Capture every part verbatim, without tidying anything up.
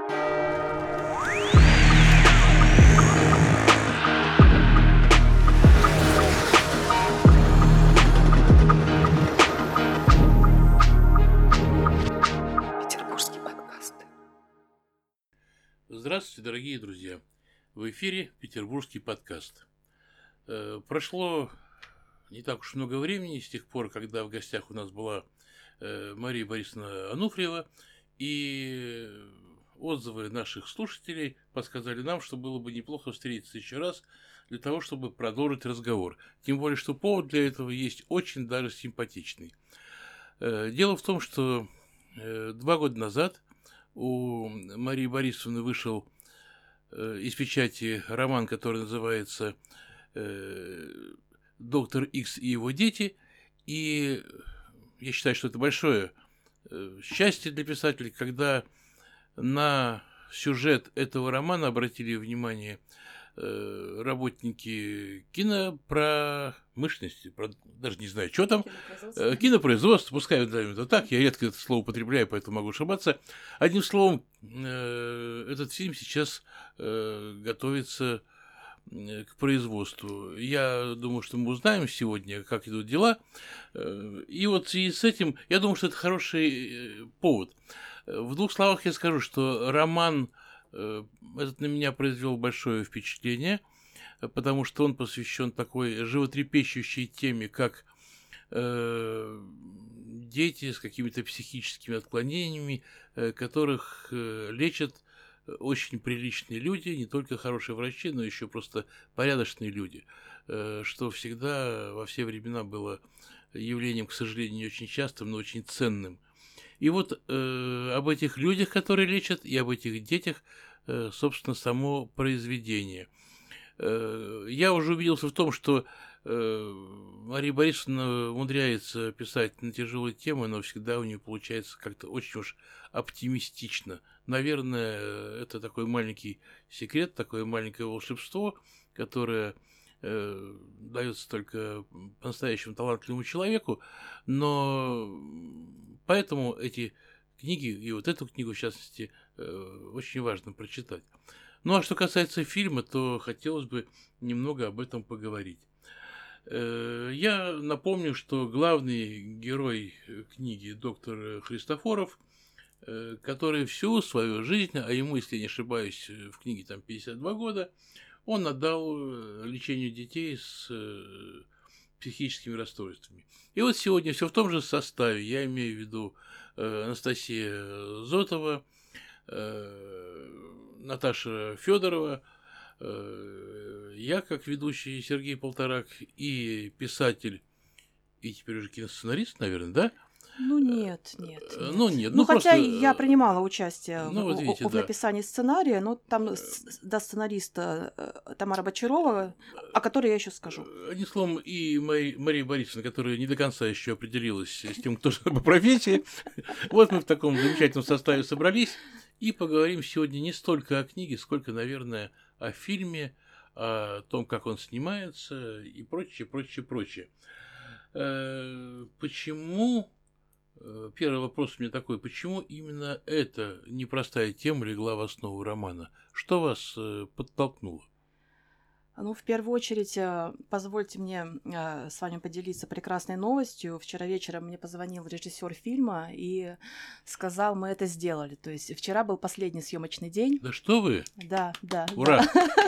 Здравствуйте, дорогие друзья! В эфире Петербургский подкаст. Э, прошло не так уж много времени с тех пор, когда в гостях у нас была э, Мария Борисовна Ануфриева, и отзывы наших слушателей подсказали нам, что было бы неплохо встретиться еще раз для того, чтобы продолжить разговор. Тем более, что повод для этого есть очень даже симпатичный. Э, дело в том, что э, два года назад у Марии Борисовны вышел э, из печати роман, который называется э, «Доктор Икс и его дети». И я считаю, что это большое э, счастье для писателя, когда на сюжет этого романа обратили внимание э, работники кинопромышленности, про, даже не знаю, что там, кинопроизводство, кинопроизводство пускай назовем это так, я редко это слово употребляю, поэтому могу ошибаться. Одним словом, э, этот фильм сейчас э, готовится к производству. Я думаю, что мы узнаем сегодня, как идут дела. И вот в связи с этим, я думаю, что это хороший повод. В двух словах я скажу, что роман этот на меня произвел большое впечатление, потому что он посвящен такой животрепещущей теме, как э, дети с какими-то психическими отклонениями, э, которых э, лечат очень приличные люди, не только хорошие врачи, но еще просто порядочные люди, э, что всегда во все времена было явлением, к сожалению, не очень частым, но очень ценным. И вот э, об этих людях, которые лечат, и об этих детях, э, собственно, само произведение. Э, я уже убедился в том, что э, Мария Борисовна умудряется писать на тяжелые темы, но всегда у нее получается как-то очень уж оптимистично. Наверное, это такой маленький секрет, такое маленькое волшебство, которое э, дается только по-настоящему талантливому человеку, но поэтому эти книги, и вот эту книгу, в частности, э, очень важно прочитать. Ну, а что касается фильма, то хотелось бы немного об этом поговорить. Э, я напомню, что главный герой книги доктор Христофоров, э, который всю свою жизнь, а ему, если я не ошибаюсь, в книге там пятьдесят два года, он отдал лечению детей с э, психическими расстройствами. И вот сегодня все в том же составе. Я имею в виду э, Анастасия Зотова, э, Наташа Федорова, э, я как ведущий Сергей Полторак и писатель, и теперь уже киносценарист, наверное, да? Ну нет, нет, нет. Ну нет, ну, ну хотя просто... я принимала участие ну, в, вот видите, в да. написании сценария, но там да, сценариста Тамара Бочарова, о которой я еще скажу. Одним словом, и Мария, Мария Борисовна, которая не до конца еще определилась с тем, кто же по профессии. Вот мы в таком замечательном составе собрались и поговорим сегодня не столько о книге, сколько, наверное, о фильме, о том, как он снимается и прочее, прочее, прочее. Почему... Первый вопрос у меня такой: почему именно эта непростая тема легла в основу романа? Что вас э, подтолкнуло? Ну, в первую очередь, позвольте мне э, с вами поделиться прекрасной новостью. Вчера вечером мне позвонил режиссер фильма и сказал, мы это сделали. То есть вчера был последний съемочный день. Да что вы? Да, да. Ура!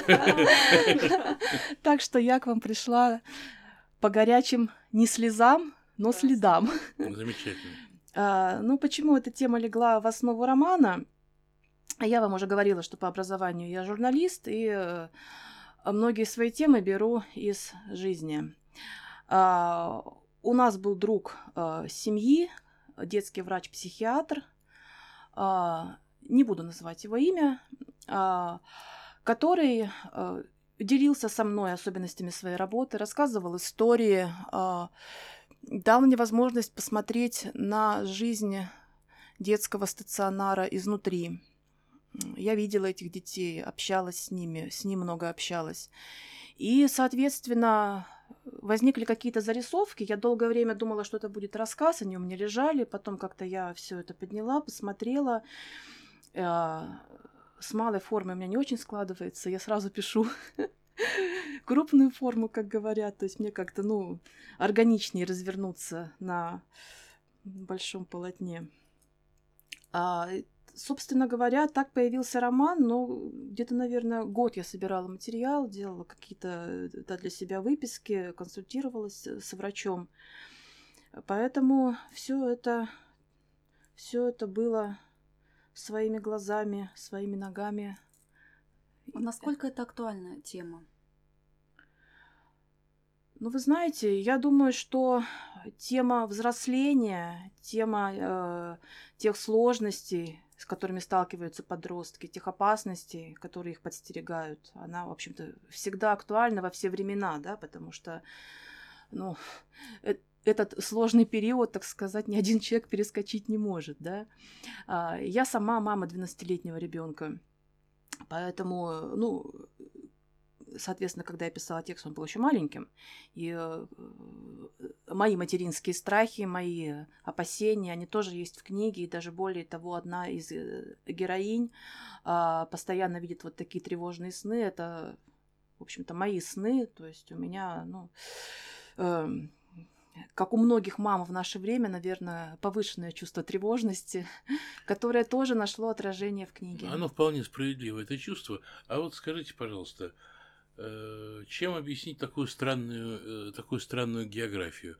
Так что я к вам пришла по горячим не слезам, но следам. Замечательно. А, ну, почему эта тема легла в основу романа? Я вам уже говорила, что по образованию я журналист, и э, многие свои темы беру из жизни. А, у нас был друг э, семьи, детский врач-психиатр, а, не буду называть его имя, а, который... А, делился со мной особенностями своей работы, рассказывал истории, дал мне возможность посмотреть на жизнь детского стационара изнутри. Я видела этих детей, общалась с ними, с ним много общалась. И, соответственно, возникли какие-то зарисовки. Я долгое время думала, что это будет рассказ, они у меня лежали. Потом как-то я все это подняла, посмотрела. с малой формой у меня не очень складывается. Я сразу пишу крупную форму, как говорят. То есть мне как-то, ну, органичнее развернуться на большом полотне. А, собственно говоря, так появился роман, но где-то, наверное, год я собирала материал, делала какие-то да, для себя выписки, консультировалась с врачом. Поэтому все это, все это было своими глазами, своими ногами. Насколько это актуальная тема? Ну, вы знаете, я думаю, что тема взросления, тема э, тех сложностей, с которыми сталкиваются подростки, тех опасностей, которые их подстерегают, она, в общем-то, всегда актуальна во все времена, да, потому что, ну, э- этот сложный период, так сказать, ни один человек перескочить не может, да. А, я сама мама двенадцатилетнего ребенка, поэтому, ну, соответственно, когда я писала текст, он был еще маленьким, и э, мои материнские страхи, мои опасения, они тоже есть в книге, и даже более того, одна из э, героинь э, постоянно видит вот такие тревожные сны, это, в общем-то, мои сны, то есть у меня, ну, э, как у многих мам в наше время, наверное, повышенное чувство тревожности, которое тоже нашло отражение в книге. Оно вполне справедливо, это чувство. А вот скажите, пожалуйста, э, чем объяснить такую странную, э, такую странную географию?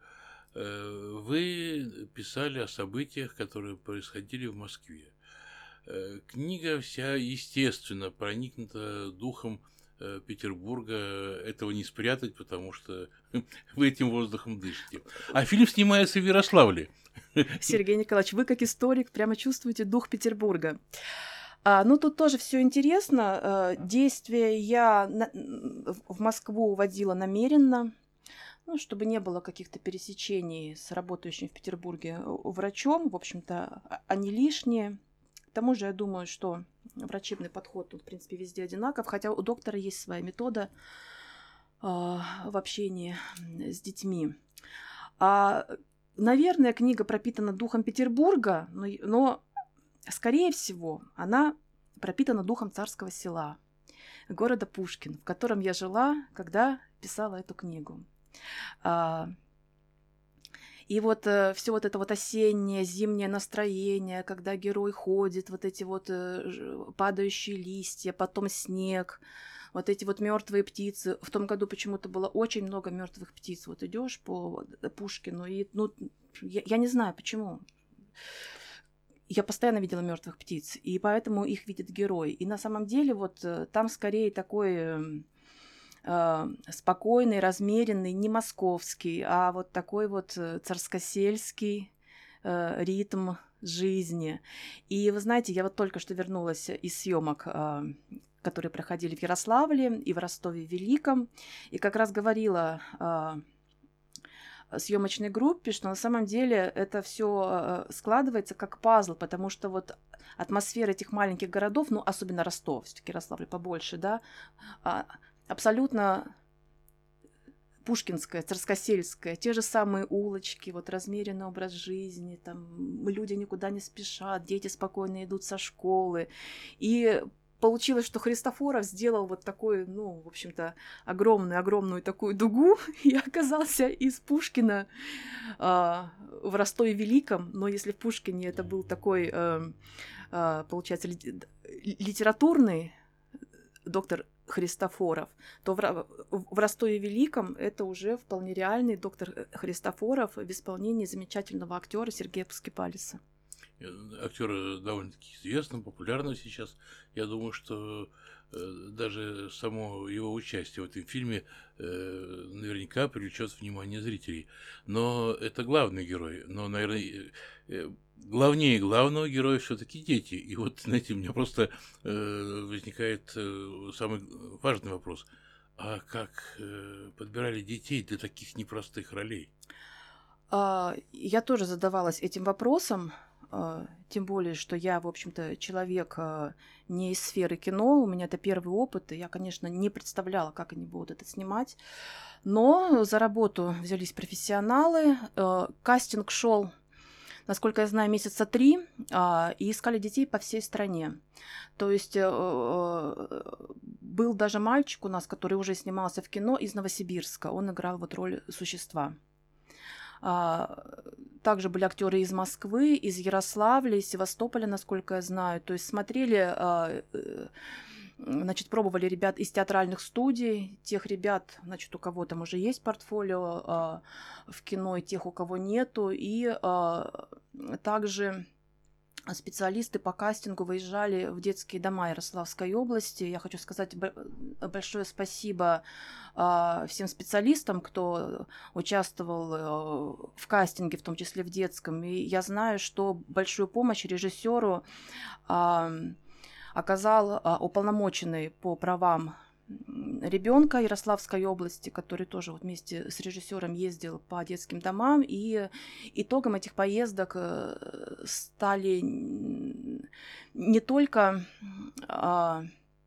Э, Вы писали о событиях, которые происходили в Москве. Э, Книга вся, естественно, проникнута духом э, Петербурга. Этого не спрятать, потому что вы этим воздухом дышите. А фильм снимается в Ярославле. Сергей Николаевич, вы как историк прямо чувствуете дух Петербурга. А, ну, тут тоже все интересно. А, действия я на, в Москву водила намеренно, ну, чтобы не было каких-то пересечений с работающим в Петербурге врачом. В общем-то, они лишние. К тому же, я думаю, что врачебный подход тут, в принципе, везде одинаков, хотя у доктора есть своя метода а, в общении с детьми. А, наверное, книга пропитана духом Петербурга, но, но, скорее всего, она пропитана духом Царского Села, города Пушкин, в котором я жила, когда писала эту книгу. А, и вот э, все вот это вот осеннее, зимнее настроение, когда герой ходит, вот эти вот э, падающие листья, потом снег, вот эти вот мертвые птицы. В том году почему-то было очень много мертвых птиц. Вот идешь по Пушкину, и ну, я, я не знаю почему. Я постоянно видела мертвых птиц, и поэтому их видит герой. И на самом деле вот там скорее такой э, спокойный, размеренный, не московский, а вот такой вот царскосельский э, ритм жизни. И вы знаете, я вот только что вернулась из съемок, э, которые проходили в Ярославле и в Ростове-Великом, и как раз говорила э, съемочной группе, что на самом деле это все складывается как пазл, потому что вот атмосфера этих маленьких городов, ну, особенно Ростов, все-таки Ярославль побольше, да, абсолютно пушкинская, царскосельская, те же самые улочки, вот размеренный образ жизни, там люди никуда не спешат, дети спокойно идут со школы, и получилось, что Христофоров сделал вот такой, ну, в общем-то, огромную-огромную такую дугу и оказался из Пушкина э, в Ростове-Великом. Но если в Пушкине это был такой, э, э, получается, литературный доктор Христофоров, то в, в Ростове-Великом это уже вполне реальный доктор Христофоров в исполнении замечательного актера Сергея Паскипалиса. Актера довольно-таки известного, популярного сейчас. Я думаю, что э, даже само его участие в этом фильме э, наверняка привлечет внимание зрителей. Но это главный герой. Но, наверное, э, главнее главного героя все-таки дети. И вот, знаете, у меня просто э, возникает э, самый важный вопрос. А как э, подбирали детей для таких непростых ролей? Я тоже задавалась этим вопросом. Тем более, что я, в общем-то, человек не из сферы кино, у меня это первый опыт, и я, конечно, не представляла, как они будут это снимать. Но за работу взялись профессионалы. Кастинг шел, насколько я знаю, месяца три, а, и искали детей по всей стране. То есть э, э, был даже мальчик у нас, который уже снимался в кино из Новосибирска. Он играл вот роль существа. А, также были актеры из Москвы, из Ярославля, из Севастополя, насколько я знаю. То есть смотрели, а, значит, пробовали ребят из театральных студий, тех ребят, значит, у кого там уже есть портфолио а, в кино, и тех, у кого нету. И а, также специалисты по кастингу выезжали в детские дома Ярославской области. Я хочу сказать большое спасибо э, всем специалистам, кто участвовал э, в кастинге, в том числе в детском. И я знаю, что большую помощь режиссеру э, оказал э, уполномоченный по правам ребенка Ярославской области, который тоже вот вместе с режиссером ездил по детским домам, и итогом этих поездок стали не только а,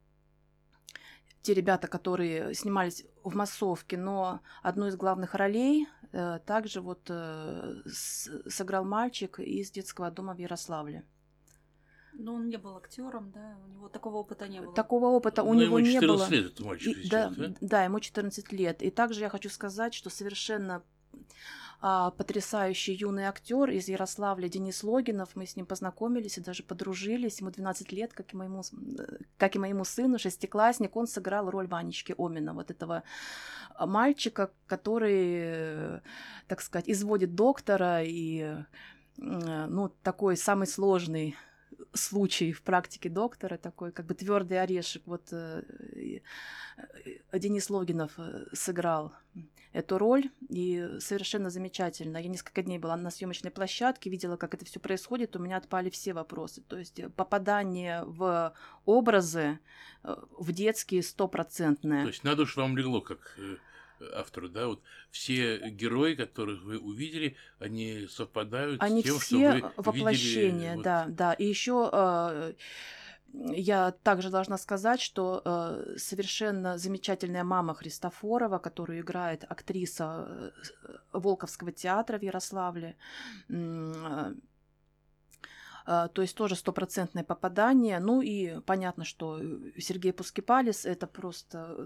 те ребята, которые снимались в массовке, но одну из главных ролей а, также вот а, с, сыграл мальчик из детского дома в Ярославле. Но он не был актером, да, у него такого опыта не было. Такого опыта у Но него не было. ему четырнадцать лет, это мальчик И, сейчас, да, да? да, ему четырнадцать лет. И также я хочу сказать, что совершенно а, потрясающий юный актер из Ярославля Денис Логинов. Мы с ним познакомились и даже подружились. Ему двенадцать лет, как и моему, как и моему сыну, шестиклассник. Он сыграл роль Ванечки Омина, вот этого мальчика, который, так сказать, изводит доктора и, ну, такой самый сложный случай в практике доктора, такой как бы твердый орешек. Вот э, э, Денис Логинов сыграл эту роль, и совершенно замечательно. Я несколько дней была на съемочной площадке, видела, как это все происходит, у меня отпали все вопросы. То есть попадание в образы, в детские стопроцентные. То есть на душу вам легло, как автору, да, вот все герои, которых вы увидели, они совпадают они с тем, все что вы воплощения, видели. Вот... да, да. И еще э, я также должна сказать, что э, совершенно замечательная мама Христофорова, которую играет актриса Волковского театра в Ярославле, э, э, то есть тоже стопроцентное попадание. Ну и понятно, что Сергей Пускипалис — это просто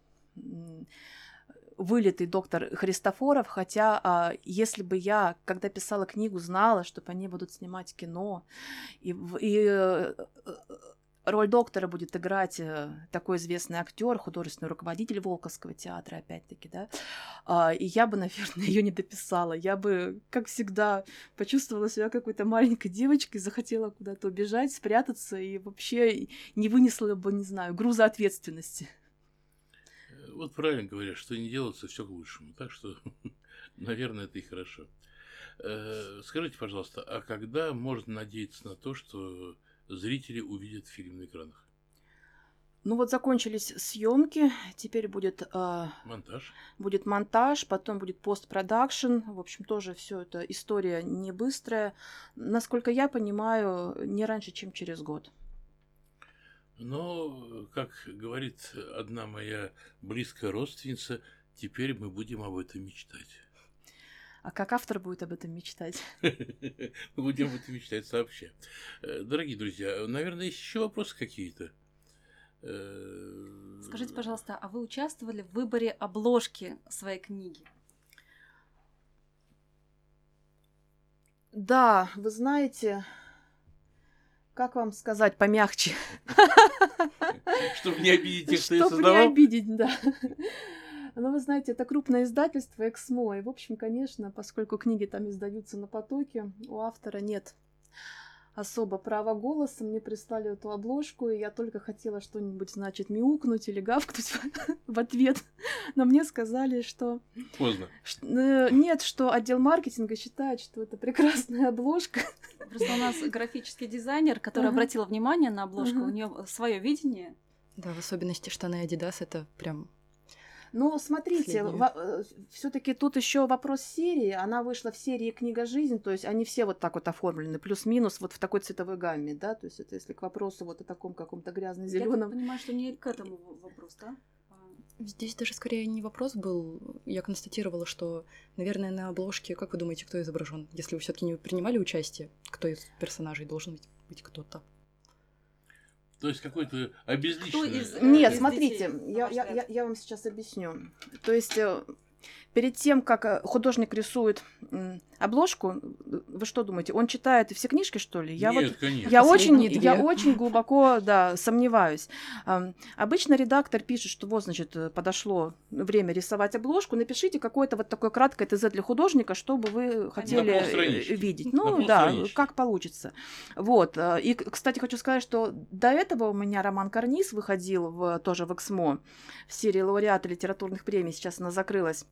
вылитый доктор Христофоров, хотя а, если бы я, когда писала книгу, знала, что они будут снимать кино, и, и э, роль доктора будет играть э, такой известный актер, художественный руководитель Волковского театра, опять-таки, да, а, и я бы, наверное, ее не дописала. Я бы, как всегда, почувствовала себя какой-то маленькой девочкой, захотела куда-то убежать, спрятаться, и вообще не вынесла бы, не знаю, груза ответственности. Вот правильно говорят, что не делается, все к лучшему. Так что, наверное, это и хорошо. Скажите, пожалуйста, а когда можно надеяться на то, что зрители увидят фильм на экранах? Ну вот закончились съемки, теперь будет э, монтаж. Будет монтаж, потом будет постпродакшн. В общем, тоже все это история не быстрая. Насколько я понимаю, не раньше, чем через год. Но, как говорит одна моя близкая родственница, теперь мы будем об этом мечтать. А как автор будет об этом мечтать? Мы будем об этом мечтать сообща. Дорогие друзья, наверное, есть еще вопросы какие-то? Скажите, пожалуйста, а вы участвовали в выборе обложки своей книги? Да, вы знаете... Как вам сказать помягче? Чтобы не обидеть тех, кто ее создавал? Чтобы не обидеть, да. Но вы знаете, это крупное издательство «Эксмо», и, в общем, конечно, поскольку книги там издаются на потоке, у автора нет особо права голоса. Мне прислали эту обложку, и я только хотела что-нибудь, значит, мяукнуть или гавкнуть в ответ. Но мне сказали, что... Поздно. Нет, что отдел маркетинга считает, что это прекрасная обложка. Просто у нас графический дизайнер, который ага. обратил внимание на обложку, ага. у нее свое видение. Да, в особенности штаны Adidas, это прям... Ну, смотрите, во- все-таки тут еще вопрос серии. Она вышла в серии «Книга жизнь», то есть они все вот так вот оформлены, плюс-минус вот в такой цветовой гамме, да, то есть это если к вопросу вот о таком каком-то грязно-зеленом. Я понимаю, что не к этому вопрос, да? Здесь даже скорее не вопрос был. Я констатировала, что, наверное, на обложке, как вы думаете, кто изображен? Если вы все-таки не принимали участие, кто из персонажей должен быть, быть кто-то? То есть какой-то обезличенный... из- Нет, из смотрите, детей, на я, ваш я, взгляд? я, я вам сейчас объясню. То есть э, перед тем, как э, художник рисует м, обложку, вы что думаете, он читает все книжки, что ли? Я Нет, вот конечно. Я очень, Последние я две. очень глубоко, да, сомневаюсь. Ам, Обычно редактор пишет, что вот, значит, э, подошло время рисовать обложку, напишите какое-то вот такое краткое ТЗ для художника, чтобы вы хотели На э, полстранички. видеть. На Ну, да, полстранички. как получится. Вот. э, И, к- кстати, хочу сказать, что до этого у меня роман «Карниз» выходил в, тоже в «Эксмо», в серии лауреата литературных премий, сейчас она закрылась.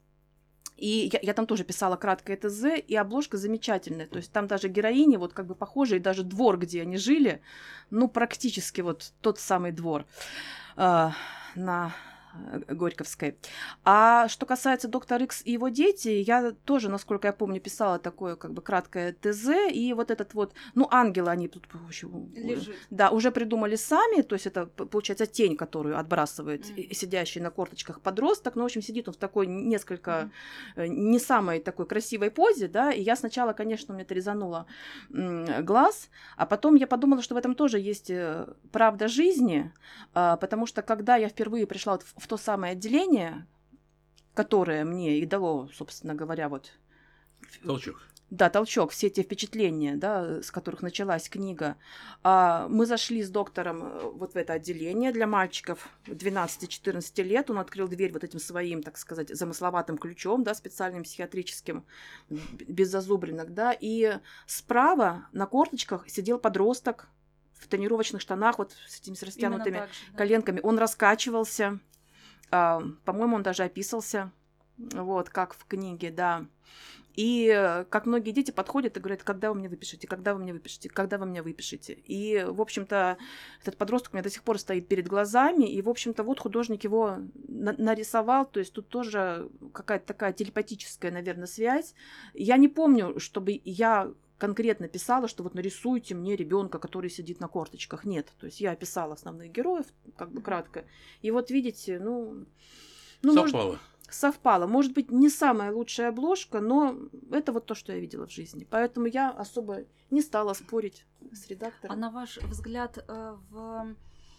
И я, я там тоже писала краткое ТЗ, и обложка замечательная. То есть там даже героини вот как бы похожи, и даже двор, где они жили, ну, практически вот тот самый двор а, на э, Горьковской. А что касается доктора Икс и его дети, я тоже, насколько я помню, писала такое как бы краткое ТЗ, и вот этот вот, ну, ангелы они тут вообще, Лежит. да, уже придумали сами, то есть это, п- получается, тень, которую отбрасывает Мгм. и- сидящий на корточках подросток. Ну, в общем, сидит он в такой несколько Мгм. э, не самой такой красивой позе, да, и я сначала, конечно, мне это резануло м, глаз, а потом я подумала, что в этом тоже есть э, правда жизни, а, потому что когда я впервые пришла вот в, в то самое отделение, которое мне и дало, собственно говоря, вот Толчок. да, толчок, все те впечатления, да, с которых началась книга. А, Мы зашли с доктором э, вот в это отделение для мальчиков двенадцати-четырнадцати лет. Он открыл дверь вот этим своим, так сказать, замысловатым ключом, да, специальным психиатрическим, б- без зазубринок, да. И справа на корточках сидел подросток в тренировочных штанах, вот с этими с Именно растянутыми так же, да. коленками. Он раскачивался. А, По-моему, он даже описался, вот, как в книге, да. И э, как многие дети подходят и говорят, когда вы мне выпишете, когда вы мне выпишете, когда вы мне выпишете. И, в общем-то, этот подросток у меня до сих пор стоит перед глазами, и, в общем-то, вот художник его на- нарисовал, то есть тут тоже какая-то такая телепатическая, наверное, связь. Я не помню, чтобы я конкретно писала, что вот нарисуйте мне ребенка, который сидит на корточках. Нет, то есть я описала основных героев, как бы кратко. И вот видите, ну... ну может, Совпало. совпало. Может быть, не самая лучшая обложка, но это вот то, что я видела в жизни. Поэтому я особо не стала спорить с А редактором. на ваш взгляд, э, в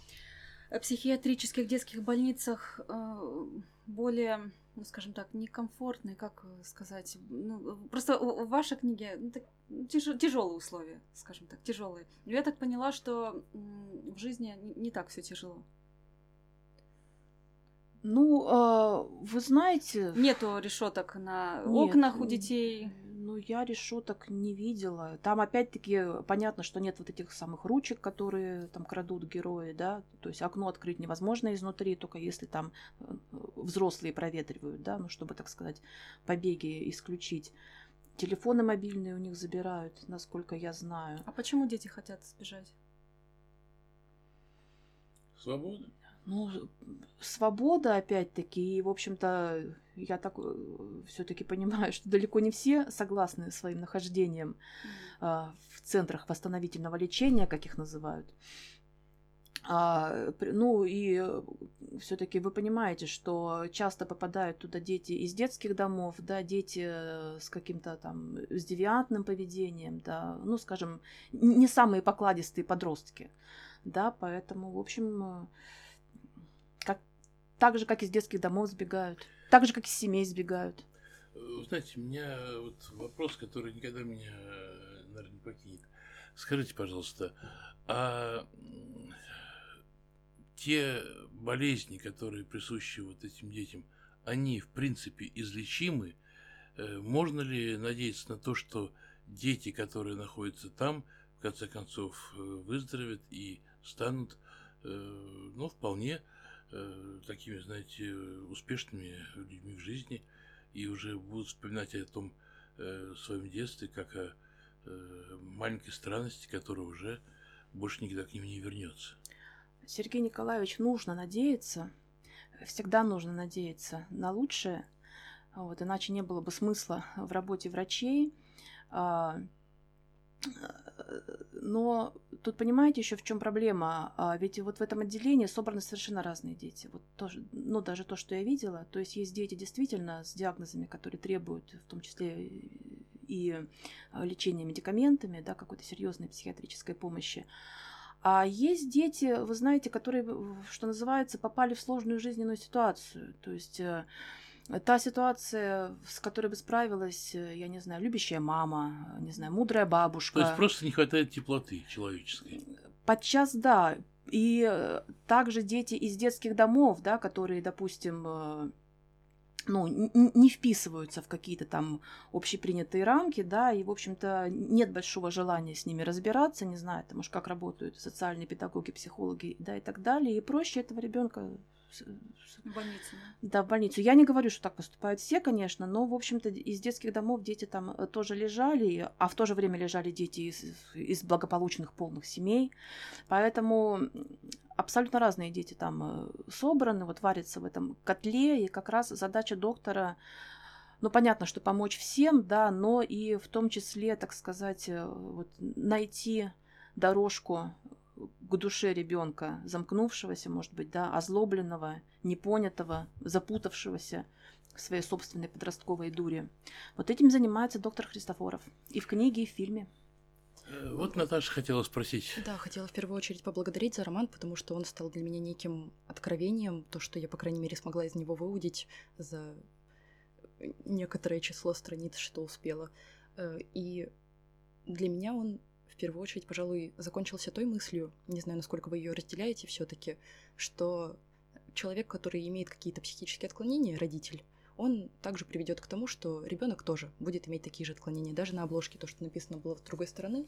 э, психиатрических детских больницах э, более, ну, скажем так, некомфортные, как э, сказать, ну, просто у- у вашей книги ну, так, тяжелые условия, скажем так, тяжелые. Я так поняла, что м, в жизни не- не так все тяжело. Ну, а, вы знаете... Нету решеток на Нет, окнах у м, детей. Ну, я решеток не видела. Там опять-таки понятно, что нет вот этих самых ручек, которые там крадут герои, да. То есть окно открыть невозможно изнутри, только если там э, взрослые проветривают, да, ну, чтобы, так сказать, побеги исключить. Телефоны мобильные у них забирают, насколько я знаю. А почему дети хотят сбежать? Свобода. Ну, свобода, опять-таки, и, в общем-то, я так все-таки понимаю, что далеко не все согласны своим нахождением а, в центрах восстановительного лечения, как их называют. А, при- ну и все-таки вы понимаете, что часто попадают туда дети из детских домов, да, дети э, с каким-то там с девиантным поведением, да, ну, скажем, н- не самые покладистые подростки, да, поэтому, в общем, э, как, так же, как из детских домов сбегают, так же, как из семей сбегают. Вы знаете, у меня вот вопрос, который никогда меня, э, наверное, не покинет. Скажите, пожалуйста, а м, те болезни, которые присущи вот этим детям, они, в принципе, излечимы? Э, Можно ли надеяться на то, что дети, которые находятся там, в конце концов, э, выздоровеют и станут, э, ну, вполне э, такими, знаете, успешными людьми в жизни и уже будут вспоминать о том э, своем детстве, как о э, маленькой странности, которая уже больше никогда к ним не вернется? Сергей Николаевич, нужно надеяться, всегда нужно надеяться на лучшее, вот, иначе не было бы смысла в работе врачей. А, Но тут понимаете еще в чем проблема? А ведь вот в этом отделении собраны совершенно разные дети. Вот тоже, ну, даже то, что я видела, то есть есть дети действительно с диагнозами, которые требуют в том числе и лечения медикаментами, да, какой-то серьезной психиатрической помощи. А есть дети, вы знаете, которые, что называется, попали в сложную жизненную ситуацию. То есть та ситуация, с которой бы справилась, я не знаю, любящая мама, не знаю, мудрая бабушка. То есть просто не хватает теплоты человеческой. Подчас, да. И также дети из детских домов, да, которые, допустим, ну, не вписываются в какие-то там общепринятые рамки, да, и, в общем-то, нет большого желания с ними разбираться, не знаю, там уж как работают социальные педагоги, психологи, да, и так далее, и проще этого ребенка в больницу. Да, в больницу. Я не говорю, что так поступают все, конечно, но, в общем-то, из детских домов дети там тоже лежали, а в то же время лежали дети из, из благополучных полных семей, поэтому абсолютно разные дети там собраны, вот варятся в этом котле, и как раз задача доктора, ну, понятно, что помочь всем, да, но и в том числе, так сказать, вот, найти дорожку к душе ребенка, замкнувшегося, может быть, да, озлобленного, непонятого, запутавшегося в своей собственной подростковой дуре. Вот этим занимается доктор Христофоров и в книге, и в фильме. Вот Наташа хотела спросить. Да, хотела в первую очередь поблагодарить за роман, потому что он стал для меня неким откровением, то, что я, по крайней мере, смогла из него выудить за некоторое число страниц, что успела. И для меня он в первую очередь, пожалуй, закончился той мыслью, не знаю, насколько вы ее разделяете все-таки, что человек, который имеет какие-то психические отклонения, родитель, он также приведет к тому, что ребенок тоже будет иметь такие же отклонения. Даже на обложке то, что написано было с другой стороны.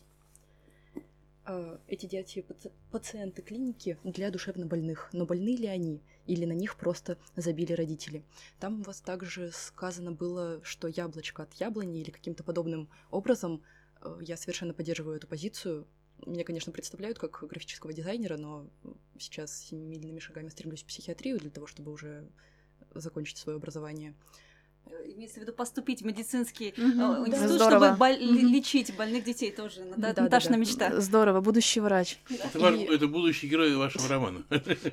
Эти дети паци- пациенты клиники для душевнобольных. Но больны ли они? Или на них просто забили родители? Там у вас также сказано было, что яблочко от яблони или каким-то подобным образом. Я совершенно поддерживаю эту позицию. Меня, конечно, представляют как графического дизайнера, но сейчас семимильными шагами стремлюсь в психиатрию для того, чтобы уже закончить свое образование. Имеется в виду поступить в медицинский Mm-hmm. институт, да. чтобы бол- Mm-hmm. лечить больных детей тоже. Да, Наташина да, да. мечта. Здорово, будущий врач. Это, ваш, и... это будущий герой вашего романа.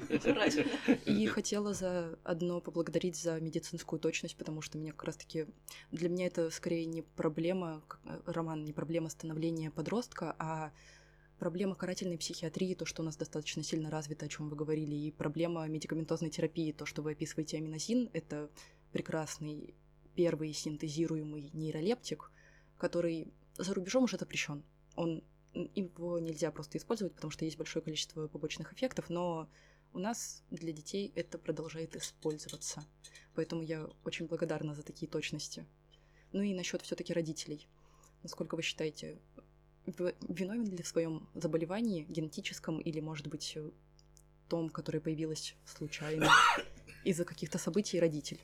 И хотела заодно поблагодарить за медицинскую точность, потому что меня как раз-таки... Для меня это скорее не проблема, роман, не проблема становления подростка, а проблема карательной психиатрии, то, что у нас достаточно сильно развито, о чем вы говорили, и проблема медикаментозной терапии, то, что вы описываете аминозин, это прекрасный первый синтезируемый нейролептик, который за рубежом уже запрещен. Он, его нельзя просто использовать, потому что есть большое количество побочных эффектов, но у нас для детей это продолжает использоваться. Поэтому я очень благодарна за такие точности. Ну и насчет все-таки родителей. Насколько вы считаете, виновен ли в своем заболевании, генетическом или, может быть, том, которое появилось случайно из-за каких-то событий, родитель?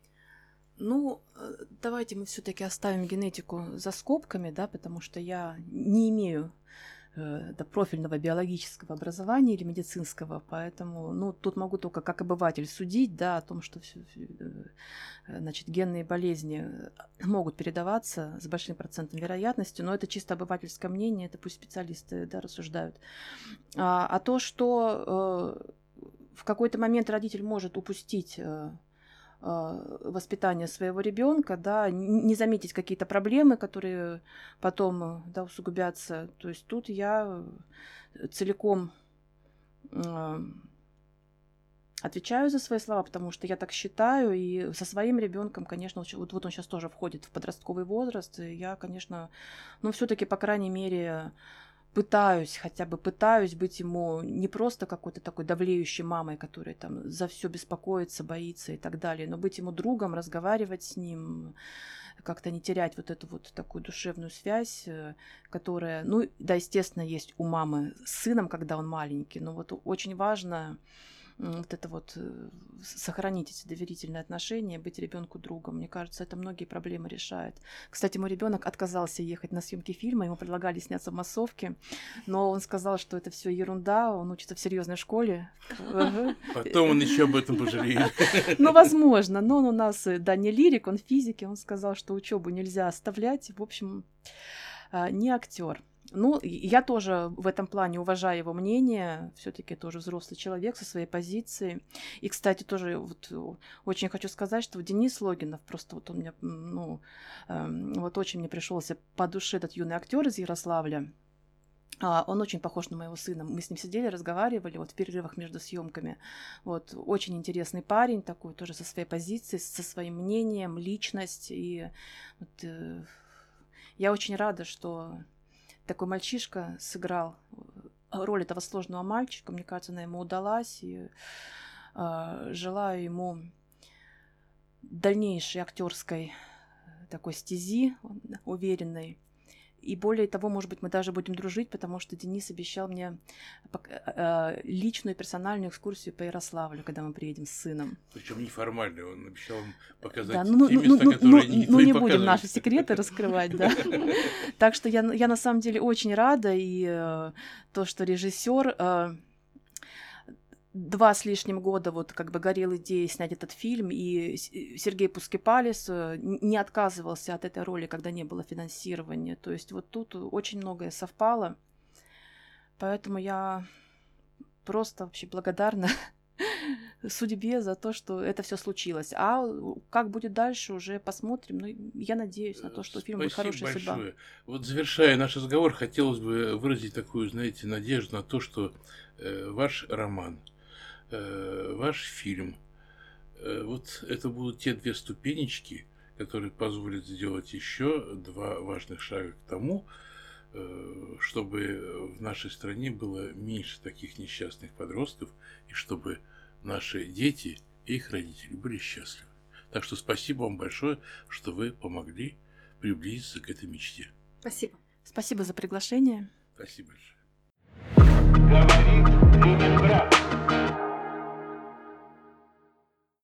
Ну, давайте мы все-таки оставим генетику за скобками, да, потому что я не имею э, да, профильного биологического образования или медицинского, поэтому, ну, тут могу только как обыватель судить, да, о том, что все, э, значит, генные болезни могут передаваться с большим процентом вероятности, но это чисто обывательское мнение, это пусть специалисты, да, рассуждают. А, а то, что э, в какой-то момент родитель может упустить э, воспитания своего ребенка, да, не заметить какие-то проблемы, которые потом, да, усугубятся. То есть тут я целиком э, отвечаю за свои слова, потому что я так считаю, и со своим ребенком, конечно, вот, вот он сейчас тоже входит в подростковый возраст, и я, конечно, ну, все-таки, по крайней мере, пытаюсь, хотя бы пытаюсь быть ему не просто какой-то такой давлеющей мамой, которая там за все беспокоится, боится и так далее, но быть ему другом, разговаривать с ним, как-то не терять вот эту вот такую душевную связь, которая, ну, да, естественно, есть у мамы с сыном, когда он маленький, но вот очень важно вот это вот сохранить эти доверительные отношения, быть ребенку другом. Мне кажется, это многие проблемы решает. Кстати, мой ребенок отказался ехать на съемки фильма, ему предлагали сняться в массовке, но он сказал, что это все ерунда, он учится в серьезной школе. Потом он еще об этом пожалеет. Ну, возможно, но он у нас, да, не лирик, он физик, он сказал, что учебу нельзя оставлять, в общем, не актер. Ну, я тоже в этом плане уважаю его мнение. Все-таки тоже взрослый человек со своей позицией. И, кстати, тоже вот очень хочу сказать, что Денис Логинов, просто вот он мне, ну, э, вот очень мне пришелся по душе этот юный актер из Ярославля. А, он очень похож на моего сына. Мы с ним сидели, разговаривали вот в перерывах между съемками. Вот очень интересный парень такой, тоже со своей позицией, со своим мнением, личность. И вот, э, я очень рада, что такой мальчишка сыграл роль этого сложного мальчика. Мне кажется, она ему удалась. И э, желаю ему дальнейшей актерской такой стези, уверенной. И более того, может быть, мы даже будем дружить, потому что Денис обещал мне личную персональную экскурсию по Ярославлю, когда мы приедем с сыном. Причем неформальную. Он обещал вам показать да, ну, те ну, места, ну, которые ну, никто ну, не не показывает. будем наши секреты раскрывать, да. Так что я, я на самом деле очень рада, и э, то, что режиссер э, два с лишним года вот как бы горел идеей снять этот фильм, и Сергей Пускипалис не отказывался от этой роли, когда не было финансирования. То есть вот тут очень многое совпало. Поэтому я просто вообще благодарна судьбе за то, что это все случилось. А как будет дальше, уже посмотрим. Но я надеюсь на то, что фильм будет хорошая большое. судьба. Вот завершая наш разговор, хотелось бы выразить такую, знаете, надежду на то, что э, ваш роман, э, ваш фильм, э, вот это будут те две ступенечки, которые позволят сделать еще два важных шага к тому, э, чтобы в нашей стране было меньше таких несчастных подростков, и чтобы наши дети и их родители были счастливы. Так что спасибо вам большое, что вы помогли приблизиться к этой мечте. Спасибо. Спасибо за приглашение. Спасибо большое. Говорит Ленинград.